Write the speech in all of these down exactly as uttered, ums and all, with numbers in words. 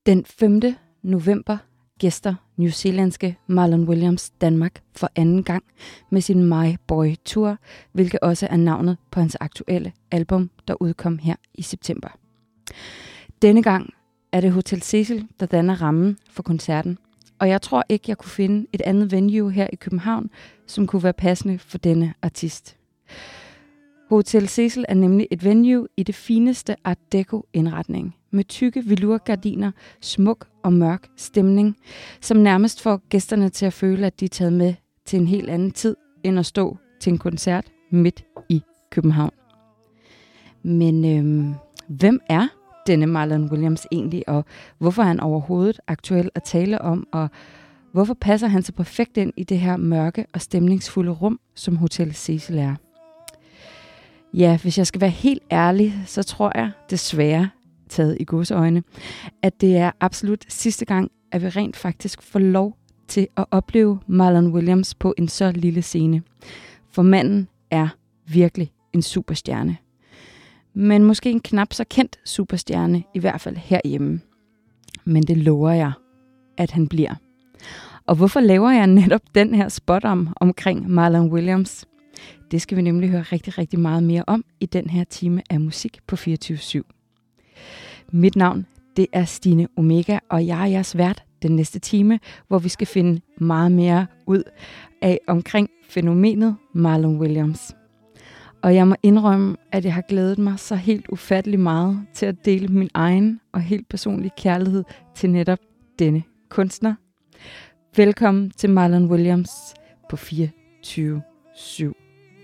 Den femte november gæster newzealandske Marlon Williams Danmark for anden gang med sin My Boy Tour, hvilket også er navnet på hans aktuelle album, der udkom her i september. Denne gang er det Hotel Cecil, der danner rammen for koncerten, og jeg tror ikke, jeg kunne finde et andet venue her i København, som kunne være passende for denne artist. Hotel Cecil er nemlig et venue i det fineste Art Deco-indretning, med tykke velourgardiner, smuk og mørk stemning, som nærmest får gæsterne til at føle, at de er taget med til en helt anden tid, end at stå til en koncert midt i København. Men øhm, hvem er denne Marlon Williams egentlig, og hvorfor er han overhovedet aktuel at tale om, og hvorfor passer han så perfekt ind i det her mørke og stemningsfulde rum, som Hotel Cecil er? Ja, hvis jeg skal være helt ærlig, så tror jeg desværre, taget i gåseøjne, at det er absolut sidste gang, at vi rent faktisk får lov til at opleve Marlon Williams på en så lille scene. For manden er virkelig en superstjerne. Men måske en knap så kendt superstjerne, i hvert fald herhjemme. Men det lover jeg, at han bliver. Og hvorfor laver jeg netop den her spot om omkring Marlon Williams? Det skal vi nemlig høre rigtig, rigtig meget mere om i den her time af musik på fireogtyve syv. Mit navn, det er Stine Omega, og jeg er jeres vært den næste time, hvor vi skal finde meget mere ud af omkring fænomenet Marlon Williams. Og jeg må indrømme, at jeg har glædet mig så helt ufattelig meget til at dele min egen og helt personlige kærlighed til netop denne kunstner. Velkommen til Marlon Williams på fireogtyve syv.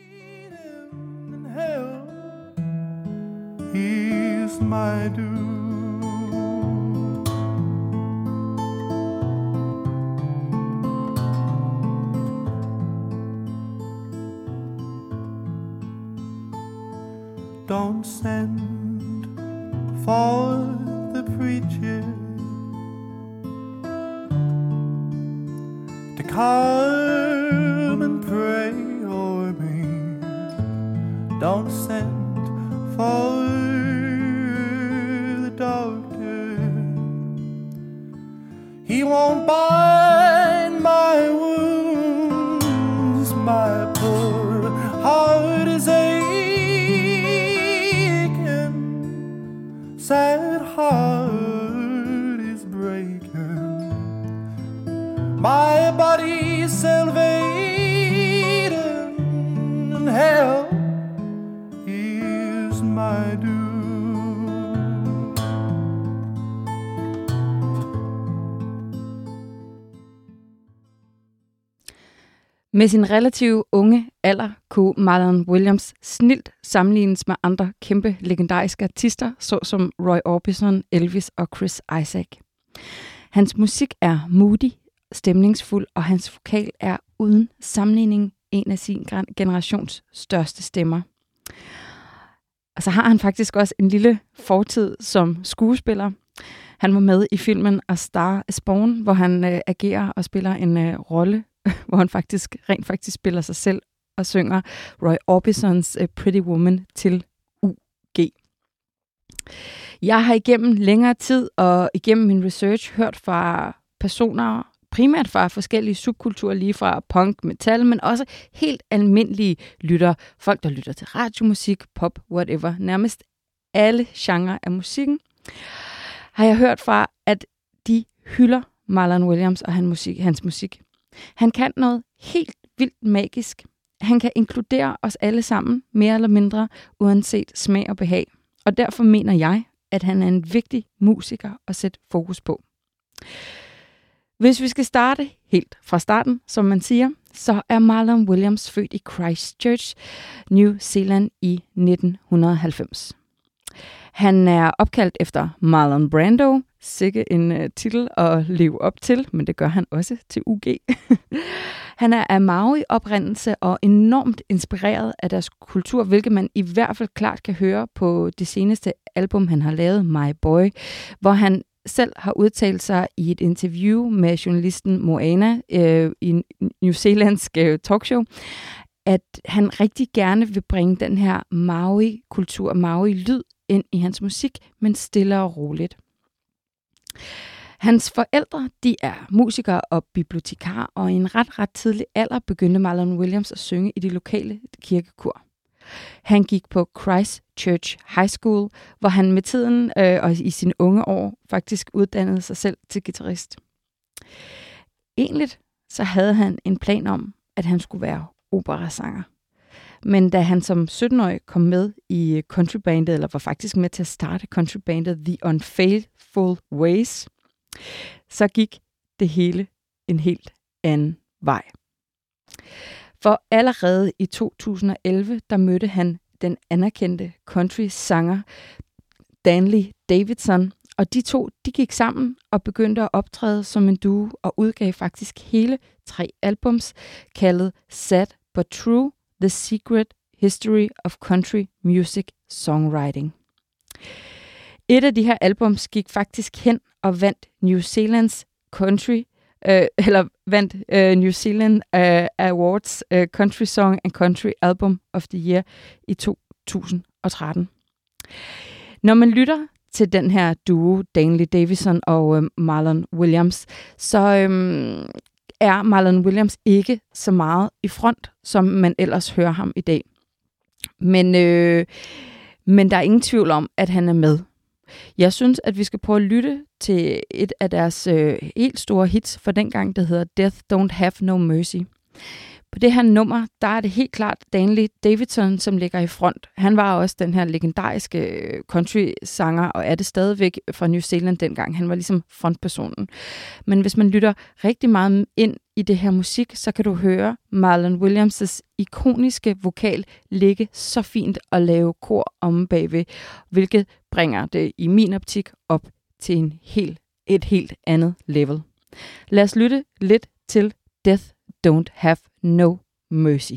He's my dude. Don't send for the preacher to come and pray over me. Don't send for the doctor. He won't bind my wounds. My poor heart is aching, sad heart is breaking, my body's salvating, and hell is my doom. Med sin relativt unge alder kunne Marlon Williams snilt sammenlignes med andre kæmpe legendariske artister, såsom Roy Orbison, Elvis og Chris Isaak. Hans musik er moody, stemningsfuld, og hans vokal er uden sammenligning en af sin generations største stemmer. Og så har han faktisk også en lille fortid som skuespiller. Han var med i filmen A Star is Born, hvor han øh, agerer og spiller en øh, rolle, hvor han faktisk rent faktisk spiller sig selv og synger Roy Orbisons uh, Pretty Woman til U G. Jeg har igennem længere tid og igennem min research hørt fra personer, primært fra forskellige subkulturer, lige fra punk, metal, men også helt almindelige lytter. Folk, der lytter til radiomusik, pop, whatever. Nærmest alle genrer af musikken har jeg hørt fra, at de hylder Marlon Williams og hans musik. Hans musik. Han kan noget helt vildt magisk. Han kan inkludere os alle sammen, mere eller mindre, uanset smag og behag. Og derfor mener jeg, at han er en vigtig musiker at sætte fokus på. Hvis vi skal starte helt fra starten, som man siger, så er Marlon Williams født i Christchurch, New Zealand i nitten halvfems. Han er opkaldt efter Marlon Brando, sikke en uh, titel at leve op til, men det gør han også til U G. Han er af Maori-oprindelse og enormt inspireret af deres kultur, hvilket man i hvert fald klart kan høre på det seneste album, han har lavet, My Boy, hvor han selv har udtalt sig i et interview med journalisten Moana øh, i en New Zealandsk øh, talkshow, at han rigtig gerne vil bringe den her Maori-kultur, Maori-lyd ind i hans musik, men stille og roligt. Hans forældre, de er musikere og bibliotekarer, og i en ret, ret tidlig alder begyndte Marlon Williams at synge i de lokale kirkekor. Han gik på Christ Church High School, hvor han med tiden øh, og i sine unge år faktisk uddannede sig selv til guitarist. Egentlig så havde han en plan om, at han skulle være operasanger. Men da han som sytten-årig kom med i countrybandet, eller var faktisk med til at starte countrybandet The Unfaithful Ways, så gik det hele en helt anden vej. For allerede i to tusind og elleve, der mødte han den anerkendte country-sanger Danley Davidson, og de to de gik sammen og begyndte at optræde som en duo og udgav faktisk hele tre albums, kaldet Sad But True, The Secret History of Country Music Songwriting. Et af de her albums gik faktisk hen og vandt New Zealands Country, øh, eller vandt øh, New Zealand øh, Awards øh, Country Song and Country Album of the Year i to tusind og tretten. Når man lytter til den her duo, Danley Davidson og øh, Marlon Williams, så øh, er Marlon Williams ikke så meget i front, som man ellers hører ham i dag. Men, øh, men der er ingen tvivl om, at han er med. Jeg synes, at vi skal prøve at lytte til et af deres øh, helt store hits fra dengang, der hedder Death Don't Have No Mercy. På det her nummer, der er det helt klart Danley Davidson, som ligger i front. Han var også den her legendariske country-sanger, og er det stadigvæk fra New Zealand dengang. Han var ligesom frontpersonen. Men hvis man lytter rigtig meget ind i det her musik, så kan du høre Marlon Williams' ikoniske vokal ligge så fint og lave kor om bagved, hvilket bringer det i min optik op til en helt, et helt andet level. Lad os lytte lidt til Death Don't Have No Mercy.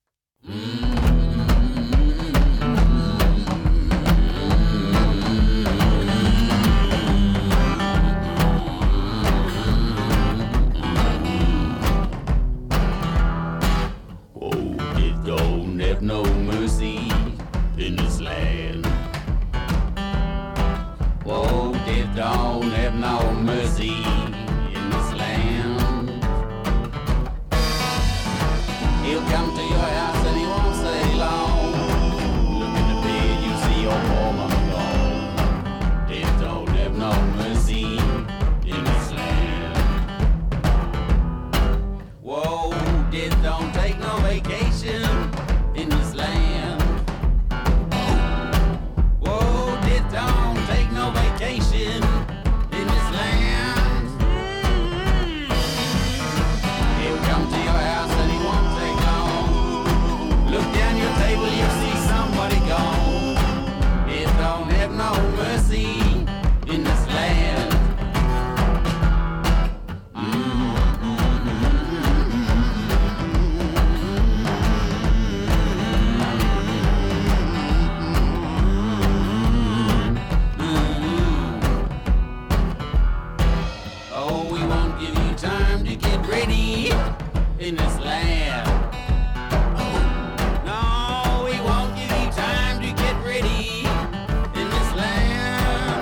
No mercy in this land. Whoa, death don't have no mercy in this land. He'll come to your house and he won't stay long. Look in the bed, you see your woman gone. Death don't have no mercy in this land. Whoa, death don't take no vacation in this land. Whoa, death don't take no vacation in this land. He'll come to your house and he won't take long. Look down your table, you'll see somebody gone. Death don't have no mercy in this land. In this land. No, we won't give you time to get ready in this land.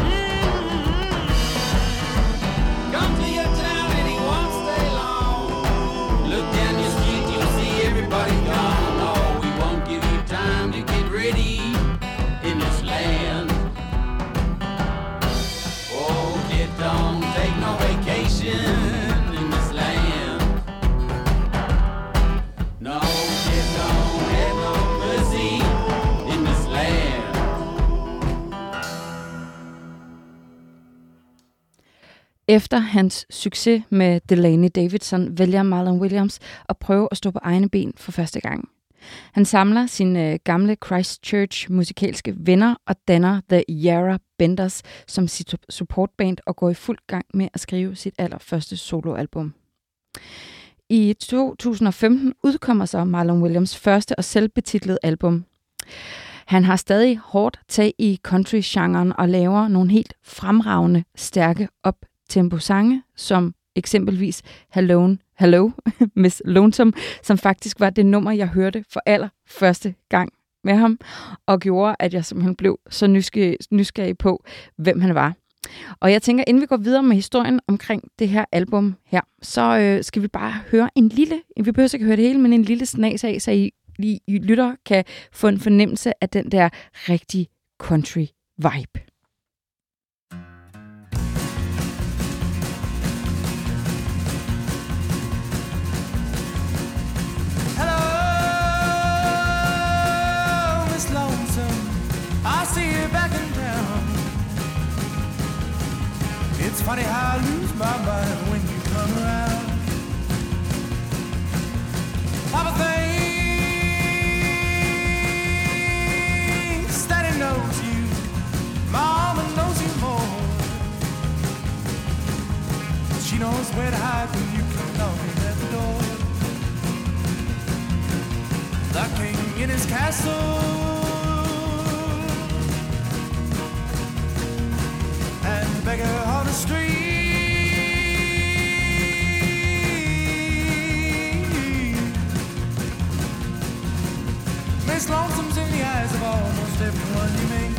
Come to your town and he won't stay long. Look down your street, you'll see everybody gone. No, we won't give you time to get ready in this land. Oh, it don't take no vacation. Efter hans succes med Danley Davidson vælger Marlon Williams at prøve at stå på egne ben for første gang. Han samler sine gamle Christchurch musikalske venner og danner The Yarra Benders som sit supportband og går i fuld gang med at skrive sit allerførste soloalbum. I to tusind og femten udkommer så Marlon Williams første og selvbetitlede album. Han har stadig hårdt tag i country-genren og laver nogle helt fremragende, stærke op-tempo-sange, som eksempelvis Hello, Hello, Miss Lonesome, som faktisk var det nummer, jeg hørte for allerførste gang med ham, og gjorde, at jeg simpelthen blev så nysgerrig, nysgerrig på, hvem han var. Og jeg tænker, inden vi går videre med historien omkring det her album her, så øh, skal vi bare høre en lille, vi behøver ikke høre det hele, men en lille snas af, så I, I, I lytter kan få en fornemmelse af den der rigtig country vibe. It's funny how I lose my mind when you come around. Papa thinks that he knows you. Mama knows you more. She knows where to hide when you come knocking at the door. The king in his castle, and the beggar on the street. Miss Lonesome's in the eyes of almost everyone you meet.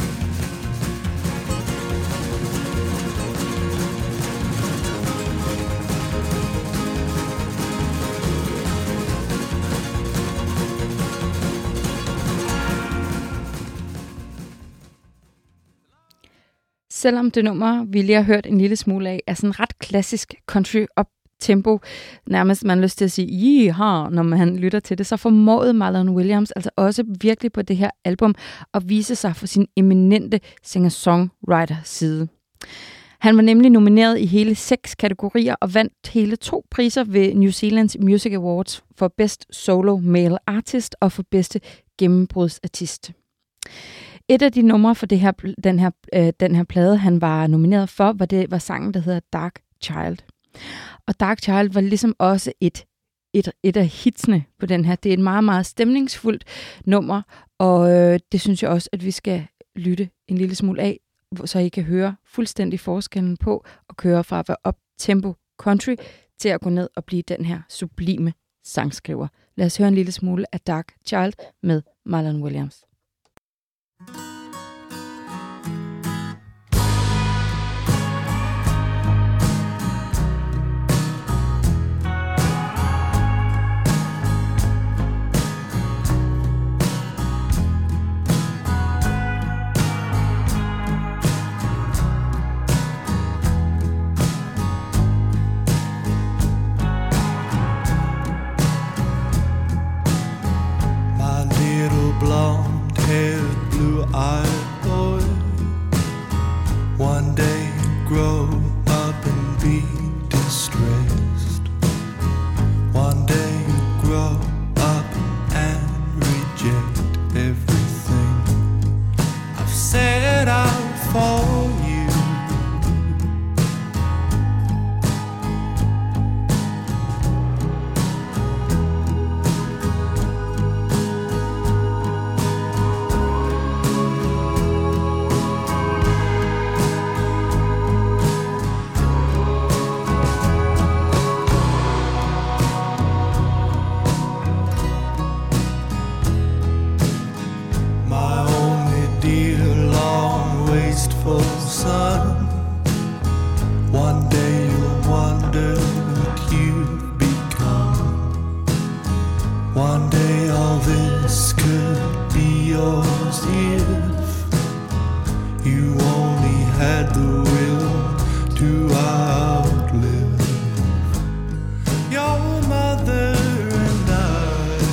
Selvom det nummer, vi lige har hørt en lille smule af, er sådan ret klassisk country up-tempo, nærmest man har lyst til at sige, yeehaw, når man lytter til det, så formåede Marlon Williams altså også virkelig på det her album at vise sig for sin eminente singer-songwriter-side. Han var nemlig nomineret i hele seks kategorier og vandt hele to priser ved New Zealands Music Awards for Best Solo Male Artist og for bedste gennembrudsartist. Et af de numre for det her, den, her, øh, den her plade, han var nomineret for, var, det, var sangen, der hedder Dark Child. Og Dark Child var ligesom også et, et, et af hitsene på den her. Det er et meget, meget stemningsfuldt nummer, og øh, det synes jeg også, at vi skal lytte en lille smule af, så I kan høre fuldstændig forskellen på at køre fra at være up-tempo country til at gå ned og blive den her sublime sangskriver. Lad os høre en lille smule af Dark Child med Marlon Williams. Blonde-haired, blue-eyed boy, one day grow up and be distressed. One day grow up and reject everything I've set out for you. Son, one day you'll wonder what you've become. One day all this could be yours if you only had the will to outlive your mother and I.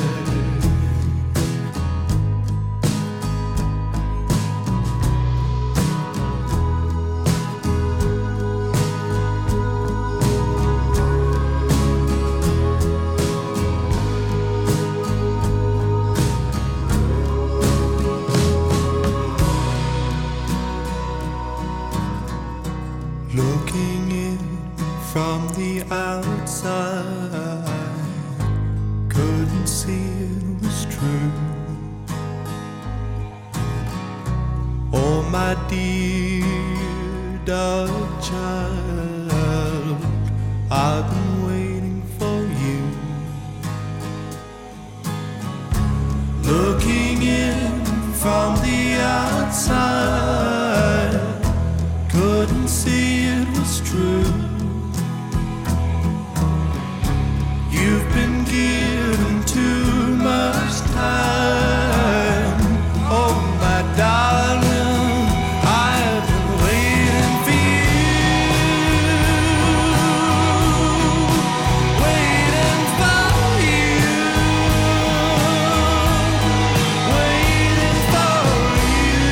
Looking in from the outside, couldn't see it was true. Oh, my dear dark child, I've been waiting for you. Looking in from the outside, couldn't see it was true. You've been given too much time. Oh, my darling, I've been waiting for you, waiting for you, waiting for you,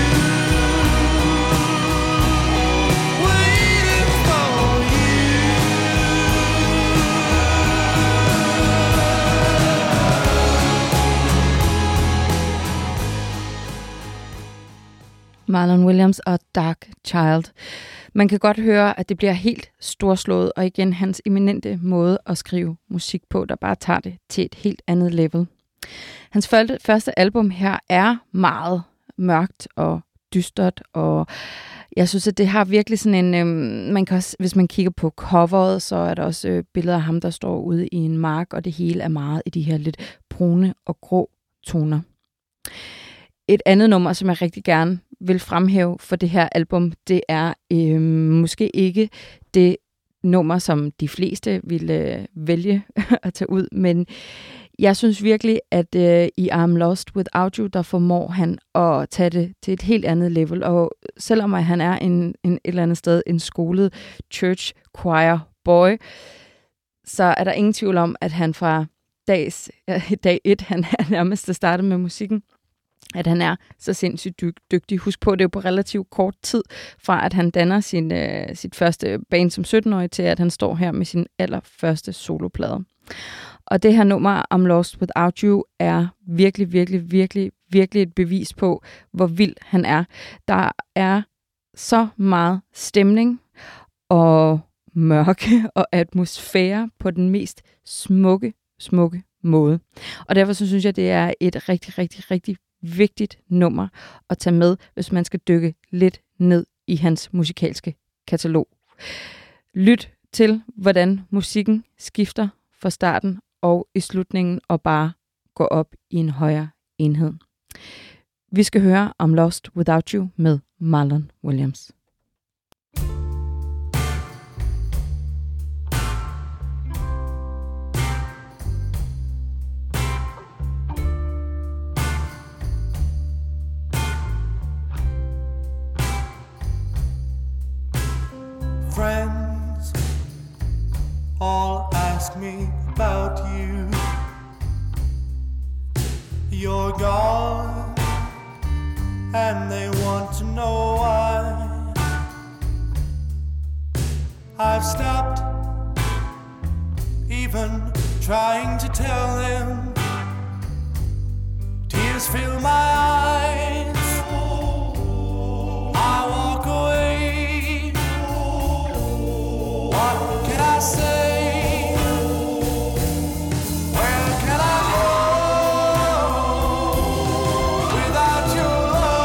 waiting for you. Marlon Williams og Dark Child. Man kan godt høre, at det bliver helt storslået, og igen hans eminente måde at skrive musik på, der bare tager det til et helt andet level. Hans første album her er meget mørkt og dystert, og jeg synes, at det har virkelig sådan en... Øhm, man kan også, hvis man kigger på coveret, så er der også øh, billeder af ham, der står ude i en mark, og det hele er meget i de her lidt brune og grå toner. Et andet nummer, som jeg rigtig gerne vil fremhæve for det her album, det er øh, måske ikke det nummer, som de fleste ville øh, vælge at tage ud, men jeg synes virkelig, at øh, i I'm Lost Without You, der formår han at tage det til et helt andet level, og selvom han er en, en et eller andet sted en skolet church choir boy, så er der ingen tvivl om, at han fra dags, øh, dag et, han er nærmest startet med musikken, at han er så sindssygt dygtig. Husk på, det er jo på relativt kort tid, fra at han danner sin, øh, sit første band som sytten-årig, til at han står her med sin allerførste soloplade. Og det her nummer, I'm Lost Without You, er virkelig, virkelig, virkelig, virkelig et bevis på, hvor vild han er. Der er så meget stemning og mørke og atmosfære på den mest smukke, smukke måde. Og derfor så synes jeg, det er et rigtig, rigtig, rigtig vigtigt nummer at tage med, hvis man skal dykke lidt ned i hans musikalske katalog. Lyt til, hvordan musikken skifter fra starten og i slutningen, og bare gå op i en højere enhed. Vi skal høre om Lost Without You med Marlon Williams. Friends all ask me about you. You're gone, and they want to know why. I've stopped even trying to tell them. Tears fill my eyes. I walk away. What can I say? Where can I go without your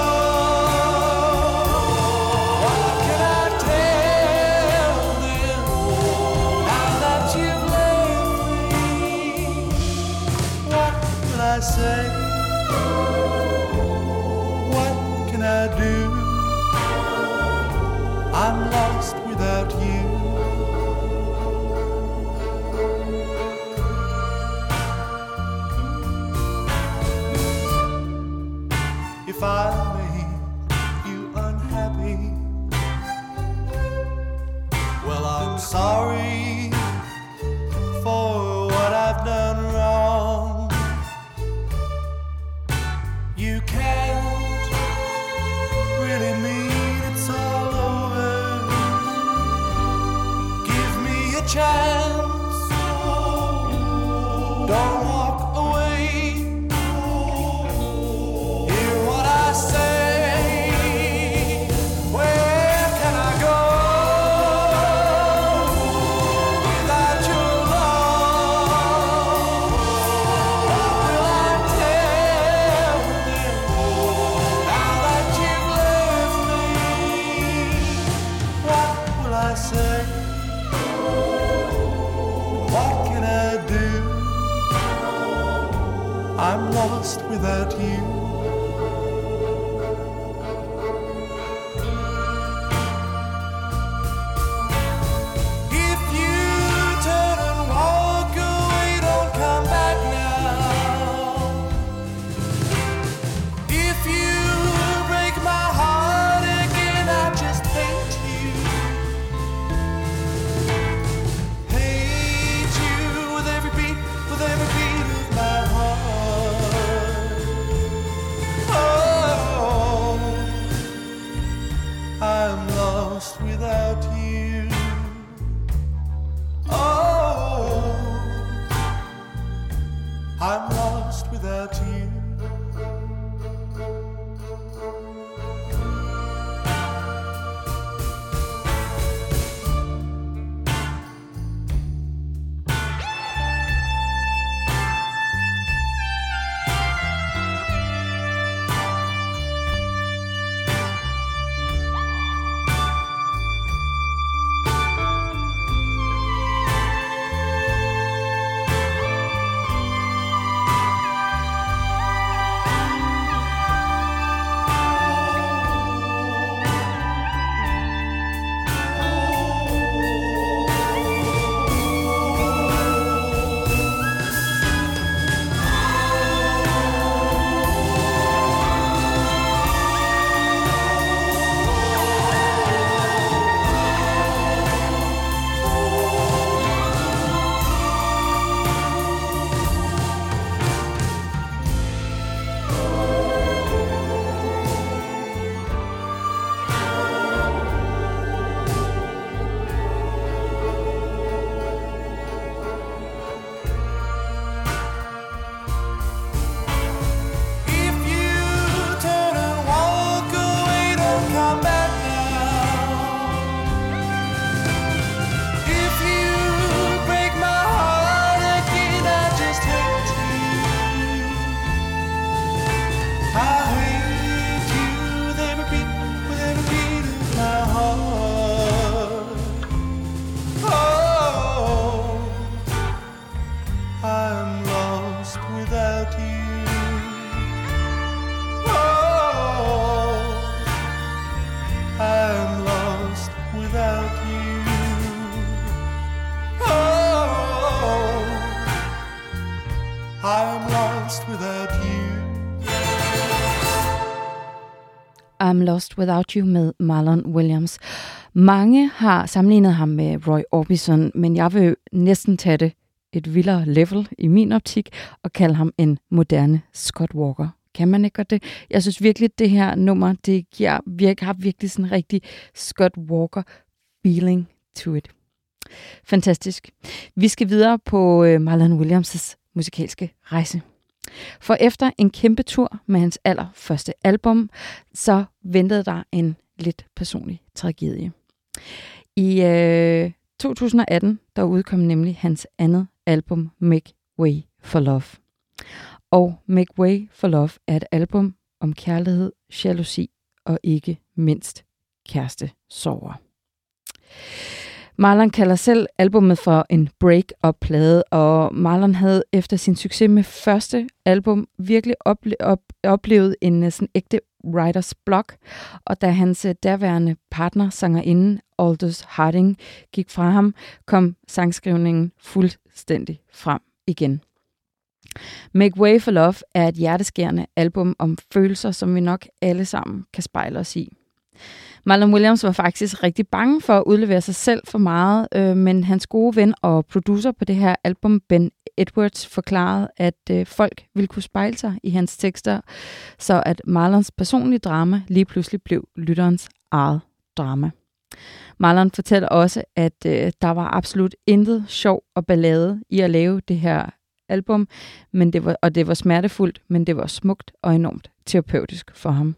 love? What can I tell them now that you've left me? What can I say? What can I do? I'm lost without you. If I made you unhappy, well, I'm sorry for what I've done wrong. You can't really mean it's all over. Give me a chance. Don't walk away. Hear what I say. Where can I go without your love? What will I tell them now that you've left me? What will I say? What can I do? I'm lost without you. I'm lost without you. I'm Lost Without You med Marlon Williams. Mange har sammenlignet ham med Roy Orbison, men jeg vil næsten tage det et vildere level i min optik og kalde ham en moderne Scott Walker. Kan man ikke godt det? Jeg synes virkelig, at det her nummer, det giver, virke, har virkelig sådan en rigtig Scott Walker feeling to it. Fantastisk. Vi skal videre på Marlon Williams' musikalske rejse. For efter en kæmpe tur med hans allerførste album, så ventede der en lidt personlig tragedie. I øh, to tusind atten, der udkom nemlig hans andet album, Make Way for Love. Og Make Way for Love er et album om kærlighed, jalousi og ikke mindst kærestesorger. Marlon kalder selv albummet for en break-up-plade, og Marlon havde efter sin succes med første album virkelig ople- op- oplevet en sådan ægte writers block, og da hans derværende partner, sangerinden Aldous Harding, gik fra ham, kom sangskrivningen fuldstændig frem igen. Make Way for Love er et hjerteskærende album om følelser, som vi nok alle sammen kan spejle os i. Marlon Williams var faktisk rigtig bange for at udlevere sig selv for meget, øh, men hans gode ven og producer på det her album, Ben Edwards, forklarede, at øh, folk ville kunne spejle sig i hans tekster, så at Marlons personlige drama lige pludselig blev lytterens eget drama. Marlon fortæller også, at øh, der var absolut intet sjov og ballade i at lave det her album, men det var, og det var smertefuldt, men det var smukt og enormt terapeutisk for ham.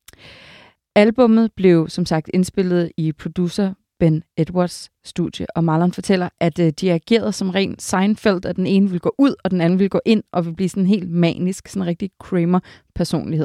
Albummet blev som sagt indspillet i producer Ben Edwards studie, og Marlon fortæller, at øh, de agerede som ren Seinfeld, at den ene ville gå ud, og den anden ville gå ind, og ville blive sådan helt manisk, sådan en rigtig Kramer-personlighed.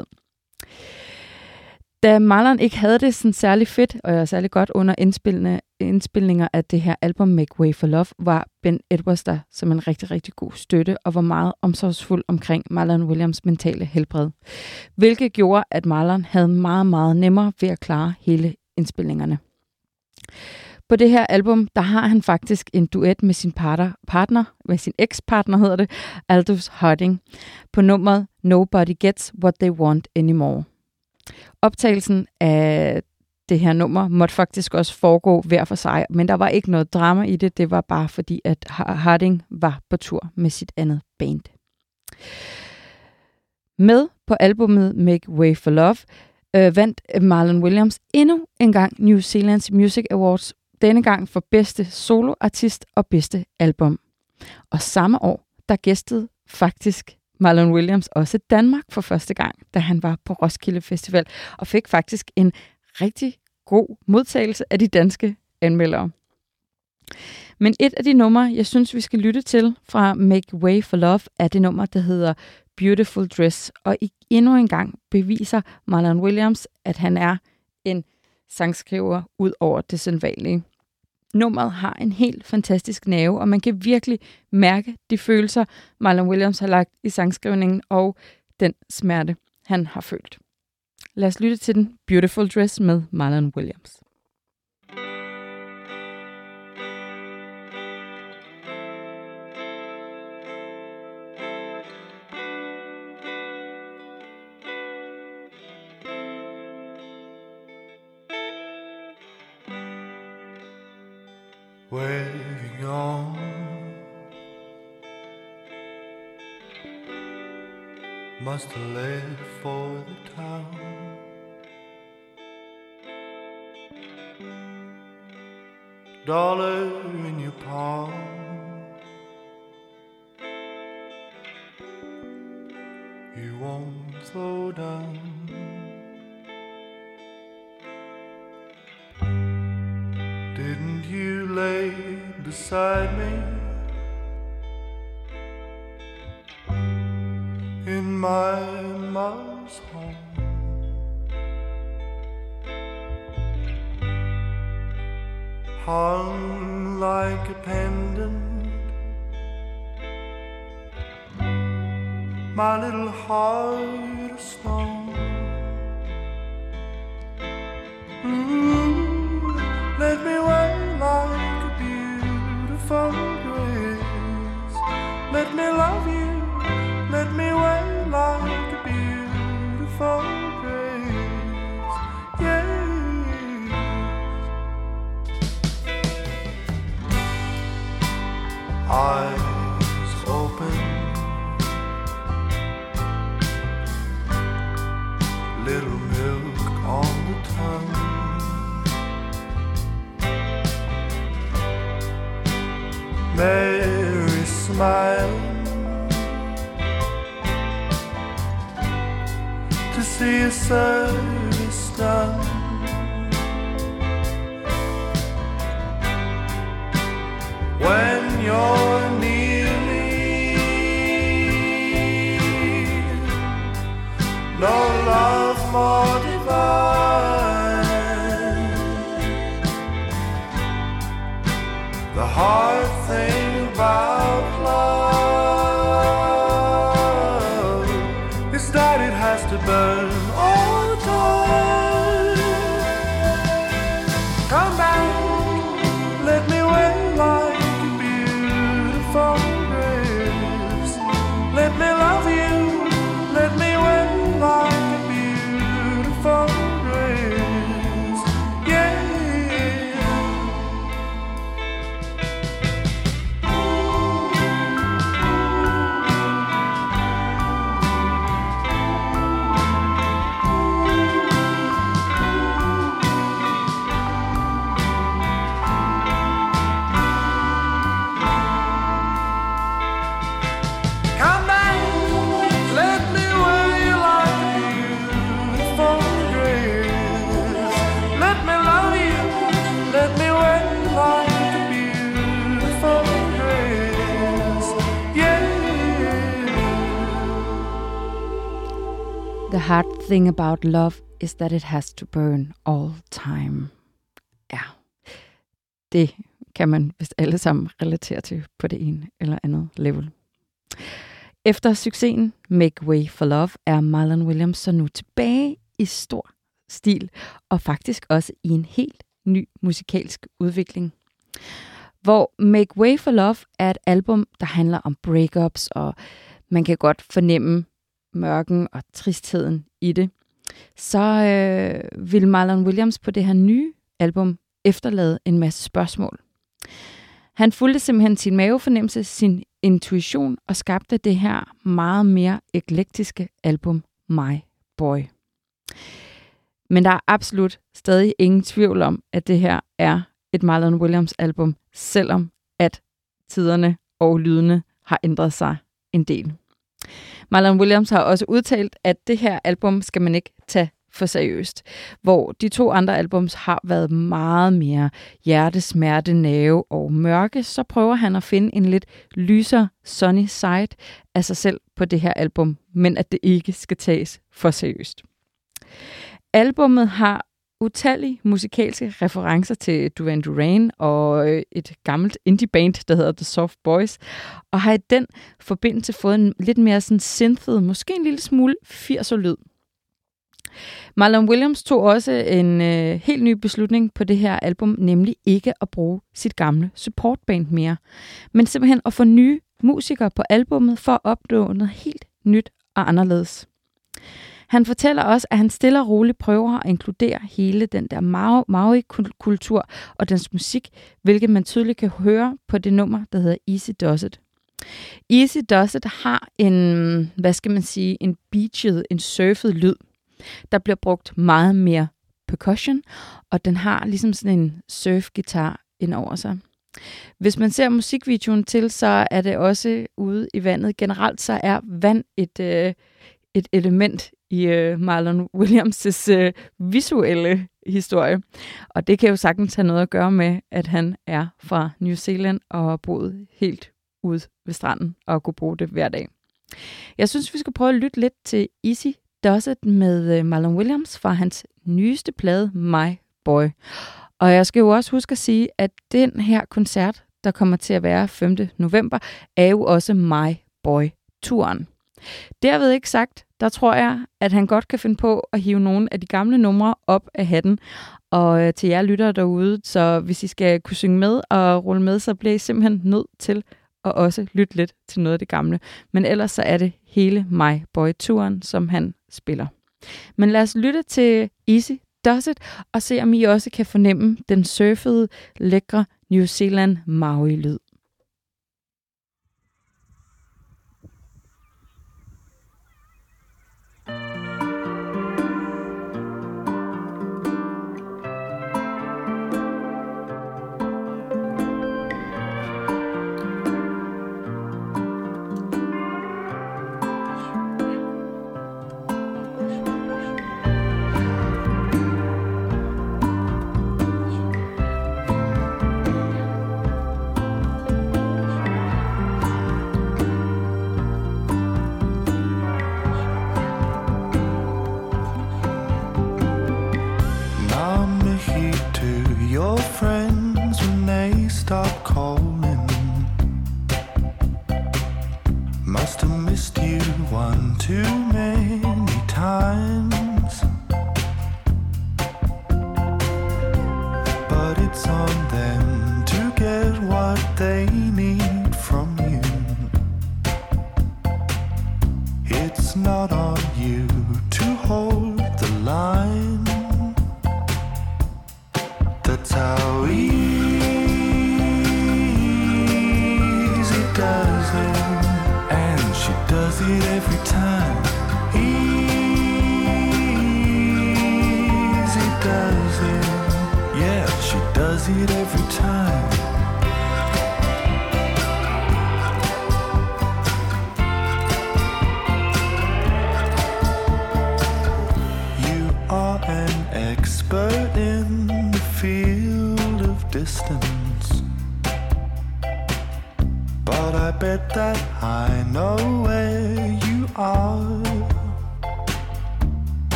Da Marlon ikke havde det sådan særlig fedt, og særlig godt under indspilninger af det her album Make Way for Love, var Ben Edwards der som en rigtig, rigtig god støtte, og var meget omsorgsfuld omkring Marlon Williams mentale helbred. Hvilket gjorde, at Marlon havde meget, meget nemmere ved at klare hele indspilningerne. På det her album, der har han faktisk en duet med sin partner, partner med sin eks-partner hedder det, Aldous Harding, på nummeret Nobody Gets What They Want Anymore. Optagelsen af det her nummer måtte faktisk også foregå hver for sig, men der var ikke noget drama i det. Det var bare fordi, at Harding var på tur med sit andet band. Med på albummet Make Way for Love øh, vandt Marlon Williams endnu en gang New Zealands Music Awards, denne gang for bedste soloartist og bedste album. Og samme år, der gæstede faktisk Marlon Williams også Danmark for første gang, da han var på Roskilde Festival, og fik faktisk en rigtig god modtagelse af de danske anmeldere. Men et af de numre, jeg synes, vi skal lytte til fra Make Way for Love, er det nummer, der hedder Beautiful Dress. Og endnu en gang beviser Marlon Williams, at han er en sangskriver ud over det sædvanlige. Nummeret har en helt fantastisk nerve, og man kan virkelig mærke de følelser, Marlon Williams har lagt i sangskrivningen, og den smerte, han har følt. Lad os lytte til den Beautiful Dress med Marlon Williams. Waving on, must have left for the town. Dollar in your palm, you won't slow down. Didn't you lay beside me in my mother's home? Hung like a pendant, my little heart of stone. Ooh, let me wear like a beautiful grace. Let me love you, let me wear like a beautiful grace. Yeah. Eyes open, little milk on the tongue. Mary smiling to see a service done. When you're near me, no love more divine. The hard thing about love is that it has to burn all the time. Come back, let me wait like a beautiful grace. Let me love you, let me wait like a beautiful grace. Yeah. The hard thing about love is that it has to burn all time. Ja, det kan man vist alle sammen relatere til på det ene eller andet level. Efter succesen Make Way for Love er Marlon Williams så nu tilbage i stor stil, og faktisk også i en helt ny musikalsk udvikling. Hvor Make Way for Love er et album, der handler om breakups, og man kan godt fornemme mørken og tristheden i det, så øh, vil Marlon Williams på det her nye album efterlade en masse spørgsmål. Han fulgte simpelthen sin mavefornemmelse, sin intuition, og skabte det her meget mere eklektiske album, My Boy. Men der er absolut stadig ingen tvivl om, at det her er et Marlon Williams album, selvom at tiderne og lydene har ændret sig en del. Marlon Williams har også udtalt, at det her album skal man ikke tage for seriøst. Hvor de to andre albums har været meget mere hjerte, smerte, nerve og mørke, så prøver han at finde en lidt lysere, sunny side af sig selv på det her album, men at det ikke skal tages for seriøst. Albummet har utallige musikalske referencer til Duran Duran og et gammelt indie-band, der hedder The Soft Boys, og har i den forbindelse fået en lidt mere sådan synthet, måske en lille smule firser lyd. Marlon Williams tog også en øh, helt ny beslutning på det her album, nemlig ikke at bruge sit gamle supportband mere, men simpelthen at få nye musikere på albummet for at opnå noget helt nyt og anderledes. Han fortæller også, at han stille og roligt prøver at inkludere hele den der Maori-kultur og dens musik, hvilket man tydeligt kan høre på det nummer, der hedder Easy Does It. Easy Does It har en, hvad skal man sige, en beachet, en surfet lyd. Der bliver brugt meget mere percussion, og den har ligesom sådan en surfgitar ind over sig. Hvis man ser musikvideoen til, så er det også ude i vandet. Generelt så er vand et, øh, et element i øh, Marlon Williams' øh, visuelle historie. Og det kan jo sagtens have noget at gøre med, at han er fra New Zealand og har boet helt ude ved stranden og kunne bruge det hver dag. Jeg synes, vi skal prøve at lytte lidt til Easy Does It med Marlon Williams fra hans nyeste plade, My Boy. Og jeg skal jo også huske at sige, at den her koncert, der kommer til at være femte november, er jo også My Boy-turen. Derved ikke sagt, der tror jeg, at han godt kan finde på at hive nogle af de gamle numre op af hatten. Og til jer lyttere derude, så hvis I skal kunne synge med og rulle med, så bliver I simpelthen nødt til at også lytte lidt til noget af det gamle. Men ellers så er det hele My Boy-turen, som han spiller. Men lad os lytte til Easy Does It, og se om I også kan fornemme den surfede, lækre New Zealand Maori-lyd.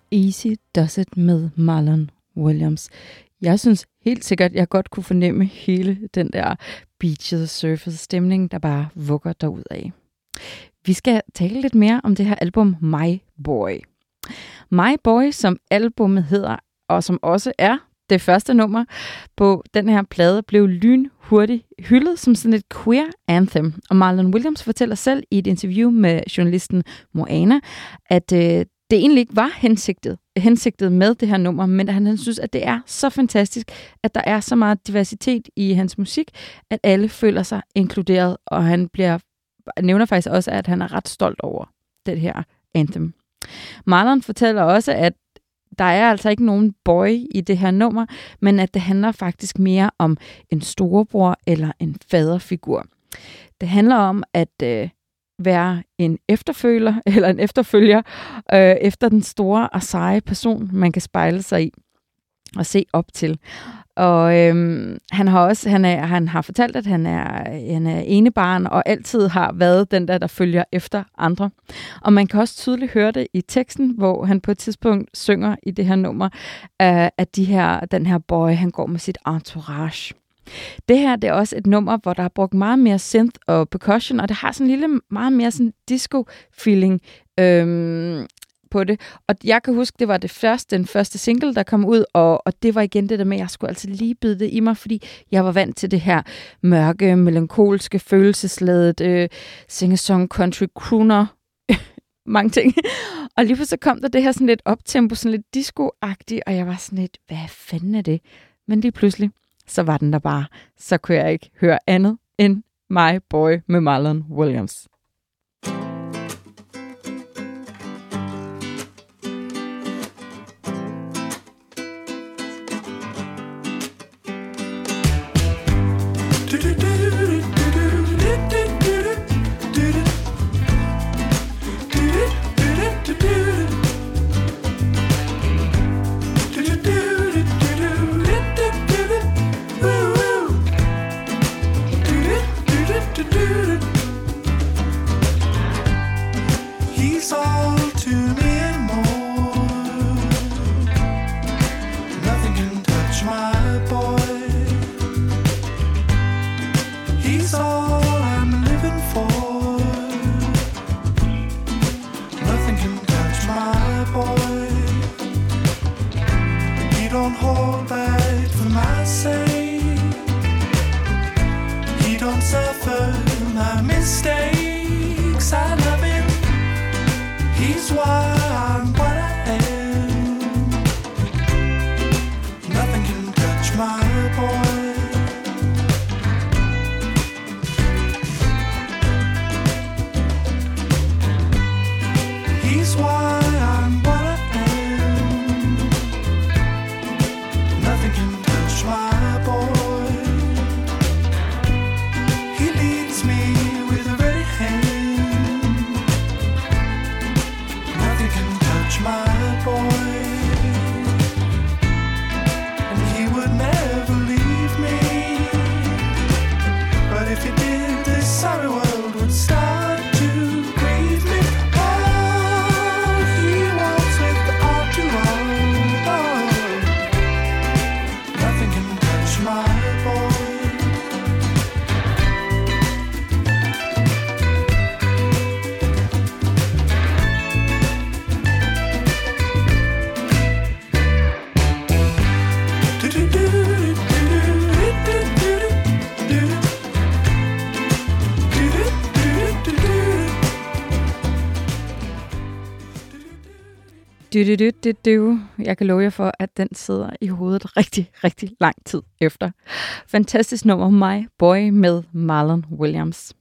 Easy Does It med Marlon Williams. Jeg synes helt sikkert, jeg godt kunne fornemme hele den der beaches, surfet stemning, der bare vugger derudad. Vi skal tale lidt mere om det her album My Boy. My Boy, som albumet hedder, og som også er det første nummer på den her plade, blev lynhurtigt hyldet som sådan et queer anthem. Og Marlon Williams fortæller selv i et interview med journalisten Moana, at øh, det egentlig ikke var hensigtet, hensigtet med det her nummer, men han, han synes, at det er så fantastisk, at der er så meget diversitet i hans musik, at alle føler sig inkluderet, og han bliver, nævner faktisk også, at han er ret stolt over det her anthem. Marlon fortæller også, at der er altså ikke nogen boy i det her nummer, men at det handler faktisk mere om en storebror eller en faderfigur. Det handler om at øh, være en efterfølger eller en efterfølger øh, efter den store og seje person, man kan spejle sig i og se op til. Og øhm, han har også han, er, han har fortalt, at han er, han er enebarn og altid har været den der, der følger efter andre. Og man kan også tydeligt høre det i teksten, hvor han på et tidspunkt synger i det her nummer, øh, at de her, den her boy, han går med sit entourage. Det her, det er også et nummer, hvor der er brugt meget mere synth og percussion, og det har sådan en lille, meget mere sådan disco-feeling øhm, på det. Og jeg kan huske, det var det første, den første single, der kom ud, og, og det var igen det der med, at jeg skulle altså lige bide det i mig, fordi jeg var vant til det her mørke, melankolske, følelsesladet, øh, singer-song, country, crooner, mange ting. Og lige pludselig kom der det her sådan lidt optempo, sådan lidt disco-agtigt, og jeg var sådan lidt, hvad fanden er det? Men lige pludselig, så var den der bare. Så kunne jeg ikke høre andet end My Boy med Marlon Williams. Du, du, du, du, du. Jeg kan love jer for, at den sidder i hovedet rigtig, rigtig lang tid efter. Fantastisk nummer, My Boy med Marlon Williams.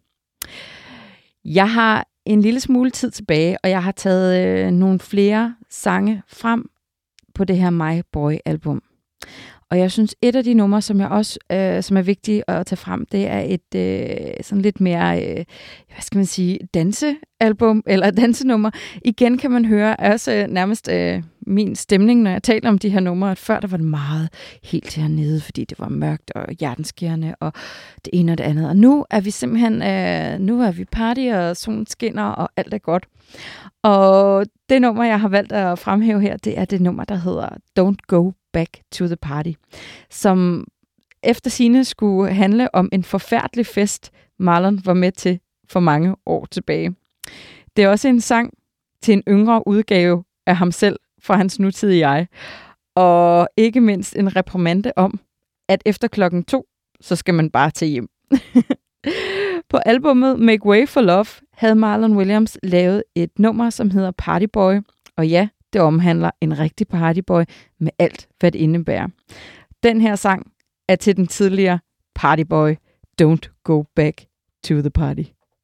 Jeg har en lille smule tid tilbage, og jeg har taget øh, nogle flere sange frem på det her My Boy-album. Og jeg synes, et af de numre, som jeg også øh, som er vigtige at tage frem, det er et øh, sådan lidt mere, øh, hvad skal man sige, dansealbum eller dansenummer. Igen kan man høre også øh, nærmest øh, min stemning, når jeg taler om de her numre, at før der var det meget helt hernede, fordi det var mørkt og hjertenskærende og det ene og det andet. Og nu er vi simpelthen, øh, nu er vi party, og solen skinner, og alt er godt. Og det nummer, jeg har valgt at fremhæve her, det er det nummer, der hedder Don't Go Back to the Party, som efter sigende skulle handle om en forfærdelig fest, Marlon var med til for mange år tilbage. Det er også en sang til en yngre udgave af ham selv fra hans nutidige jeg, og ikke mindst en reprimande om, at efter klokken to, så skal man bare tage hjem. På albummet Make Way for Love havde Marlon Williams lavet et nummer, som hedder Party Boy, og ja, det omhandler en rigtig partyboy med alt, hvad det indebærer. Den her sang er til den tidligere partyboy, Don't Go Back to the Party.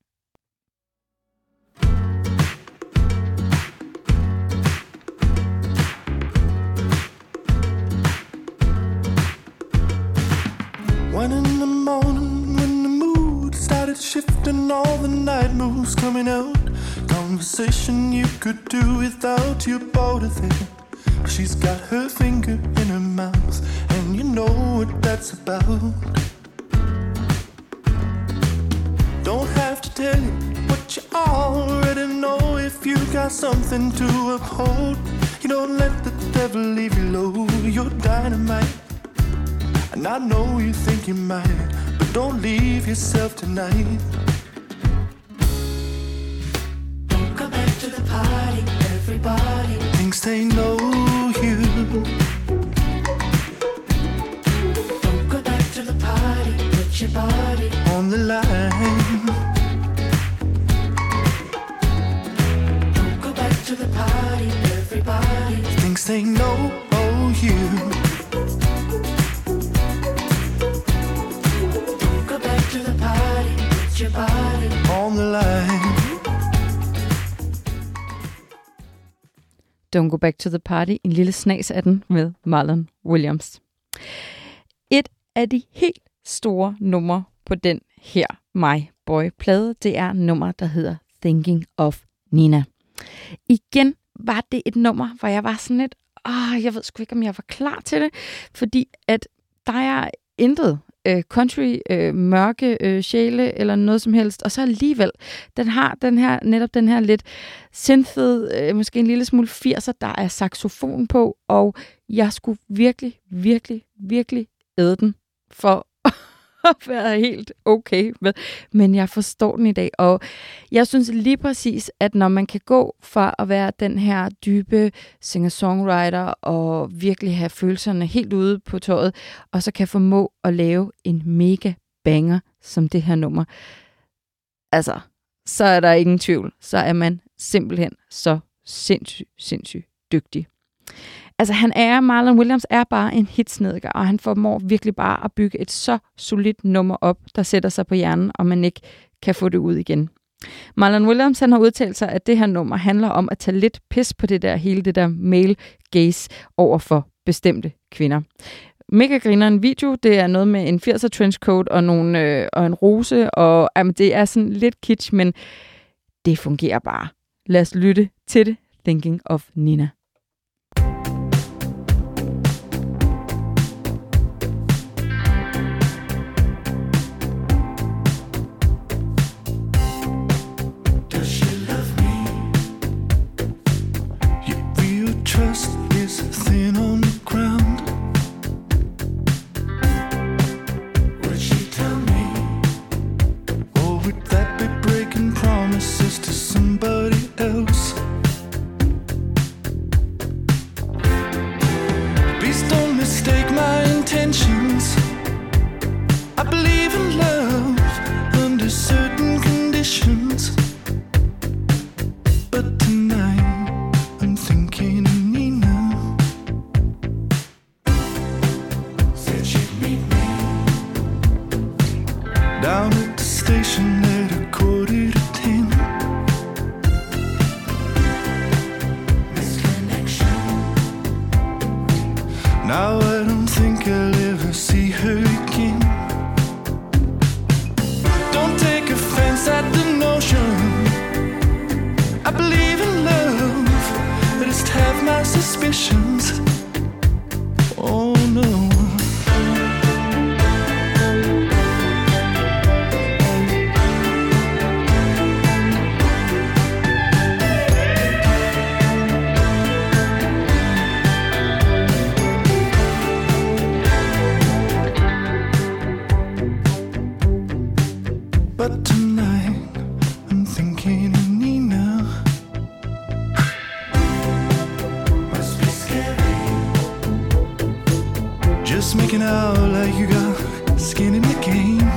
One in the morning when the mood started shifting, all the night moves coming out. Conversation you could do without your border there. She's got her finger in her mouth, and you know what that's about. Don't have to tell you what you already know. If you got something to uphold, you don't let the devil leave you low. You're dynamite, and I know you think you might, but don't leave yourself tonight. Don't go back to the party, everybody thinks they know you. Don't go back to the party, put your body on the line. Don't go back to the party, everybody thinks they know you. Don't go back to the party, put your body on the line. Don't Go Back to the Party, en lille snas af den med Marlon Williams. Et af de helt store numre på den her My Boy-plade, det er nummer, der hedder Thinking of Nina. Igen var det et nummer, hvor jeg var sådan lidt, åh, jeg ved sgu ikke, om jeg var klar til det, fordi at der er intet øh, country, øh, mørke øh, sjæle eller noget som helst, og så alligevel, den har den her, netop den her lidt synthed, øh, måske en lille smule firser, der er saxofon på, og jeg skulle virkelig, virkelig, virkelig æde den for at være helt okay med. Men jeg forstår den i dag, og jeg synes lige præcis, at når man kan gå fra at være den her dybe singer-songwriter og virkelig have følelserne helt ude på tøjet, og så kan formå at lave en mega banger som det her nummer, altså, så er der ingen tvivl. Så er man simpelthen så sindssygt, sindssygt dygtig. Altså, han er, Marlon Williams er bare en hitsnedker, og han formår virkelig bare at bygge et så solidt nummer op, der sætter sig på hjernen, og man ikke kan få det ud igen. Marlon Williams, han har udtalt sig, at det her nummer handler om at tage lidt pis på det der, hele det der male gaze over for bestemte kvinder. Mega griner en video, det er noget med en firser trenchcoat og, nogle, øh, og en rose, og jamen, det er sådan lidt kitsch, men det fungerer bare. Lad os lytte til det. Thinking of Nina. Trust is thin on the ground. Would she tell me? Or would that be breaking promises to somebody else? Please don't mistake my intentions. I believe in love under certain conditions. But tonight I'm thinking down at the station at a quarter to ten. Misconnection. Now I don't think I'll ever see her again. Don't take offense at the notion. I believe in love. I just have my suspicions. Oh no. But tonight I'm thinking of Nina. Must be scary. Just making out like you got skin in the game.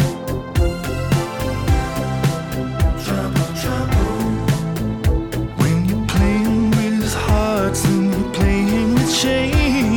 Trouble, trouble. When you're playing with hearts and you're playing with shame.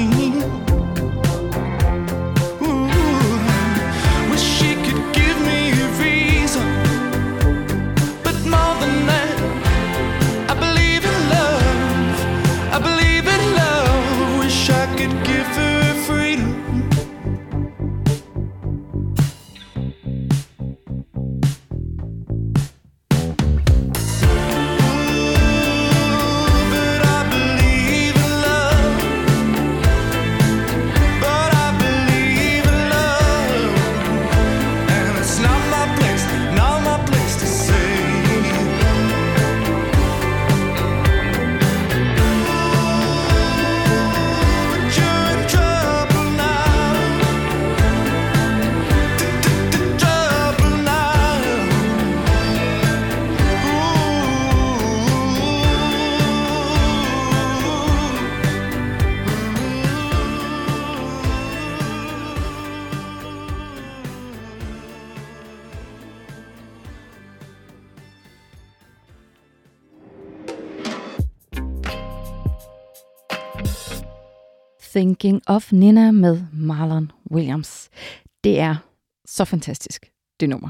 Thinking of Nina med Marlon Williams. Det er så fantastisk, det nummer.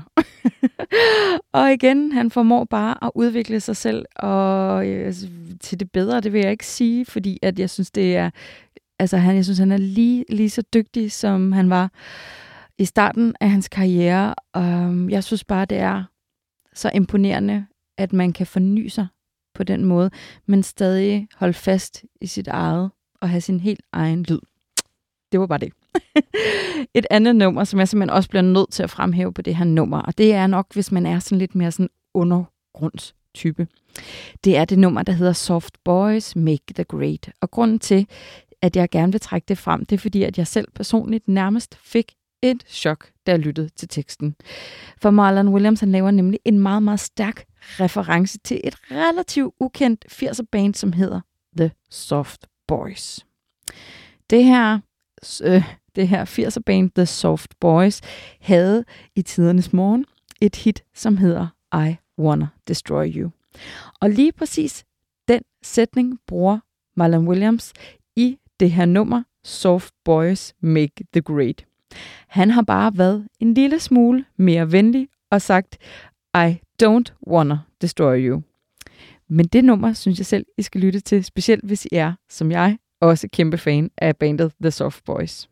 Og igen, han formår bare at udvikle sig selv og øh, til det bedre, det vil jeg ikke sige, fordi at jeg synes, det er, altså han, jeg synes, han er lige, lige så dygtig, som han var i starten af hans karriere. Og jeg synes bare, det er så imponerende, at man kan forny sig på den måde, men stadig holde fast i sit eget og have sin helt egen lyd. Det var bare det. Et andet nummer, som jeg simpelthen også bliver nødt til at fremhæve på det her nummer, og det er nok, hvis man er sådan lidt mere sådan undergrundstype. Det er det nummer, der hedder Soft Boys Make the Great. Og grunden til, at jeg gerne vil trække det frem, det er fordi, at jeg selv personligt nærmest fik et chok, da jeg lyttede til teksten. For Marlon Williams, han laver nemlig en meget, meget stærk reference til et relativt ukendt firser band, som hedder The Soft Boys. Det her, øh, det her firser band, The Soft Boys, havde i tidernes morgen et hit, som hedder I Wanna Destroy You. Og lige præcis den sætning bruger Marlon Williams i det her nummer, Soft Boys Make the Great. Han har bare været en lille smule mere venlig og sagt, I don't wanna destroy you. Men det nummer, synes jeg selv, I skal lytte til, specielt hvis I er, som jeg, også kæmpe fan af bandet The Soft Boys.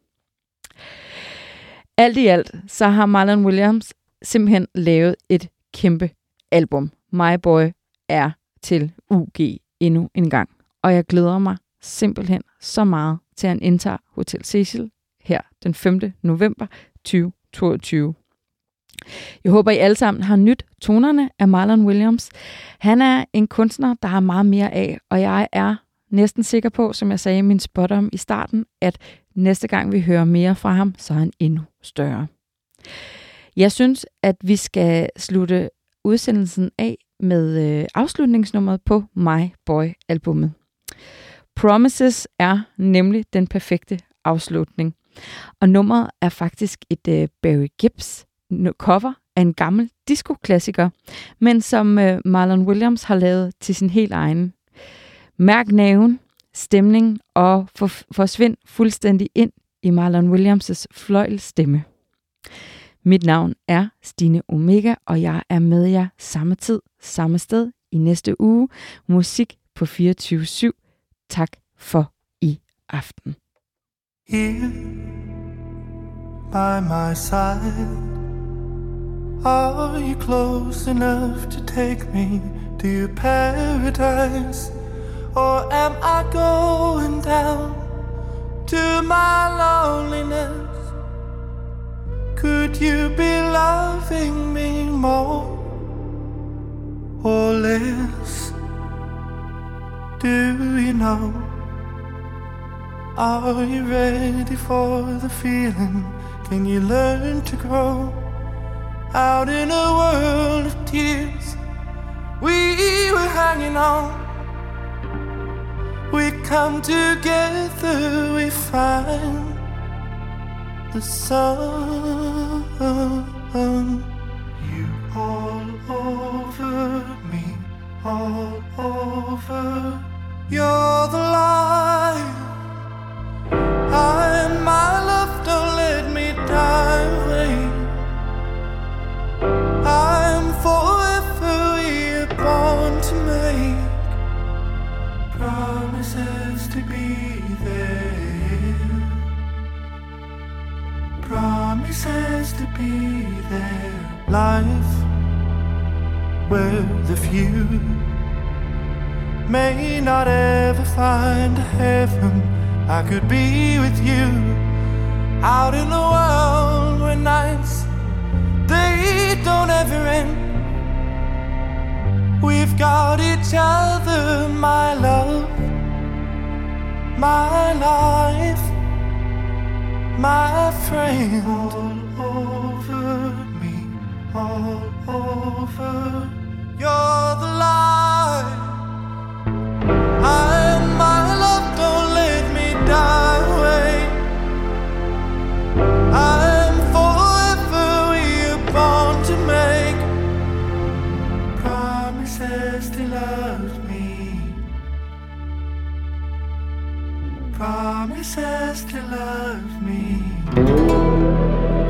Alt i alt, så har Marlon Williams simpelthen lavet et kæmpe album. My Boy er til U G endnu en gang. Og jeg glæder mig simpelthen så meget til, at han indtager Hotel Cecil her den femte november tyve toogtyve. Jeg håber, I alle sammen har nyt tonerne af Marlon Williams. Han er en kunstner, der har meget mere af, og jeg er næsten sikker på, som jeg sagde i min spot om i starten, at næste gang vi hører mere fra ham, så er han endnu større. Jeg synes, at vi skal slutte udsendelsen af med øh, afslutningsnummeret på My Boy-albummet. Promises er nemlig den perfekte afslutning. Og nummeret er faktisk et øh, Barry Gibbs cover af en gammel disco-klassiker, men som øh, Marlon Williams har lavet til sin helt egen. Mærk nerven, stemning og for, forsvind fuldstændig ind i Marlon Williams' fløjlstemme. Mit navn er Stine Omega, og jeg er med jer samme tid, samme sted i næste uge. Musik på fireogtyve syv. Tak for i aften. Here by my side, are you close enough to take me to your paradise? Or am I going down to my loneliness? Could you be loving me more or less? Do you know? Are you ready for the feeling? Can you learn to grow out in a world of tears? We were hanging on. We come together, we find the sun. You all over me, all over. You're the light. I'm my love, don't let me die away. I'm forever, we're born to make promises to be there. Promises to be there. Life where the few may not ever find a heaven. I could be with you out in the world where nights they don't ever end. We've got each other, my love, my life, my friend. All over me, all over. You're the light. I'm my love, don't let me die away. I'm forever, we're born to make promises to love me. Promises to love me.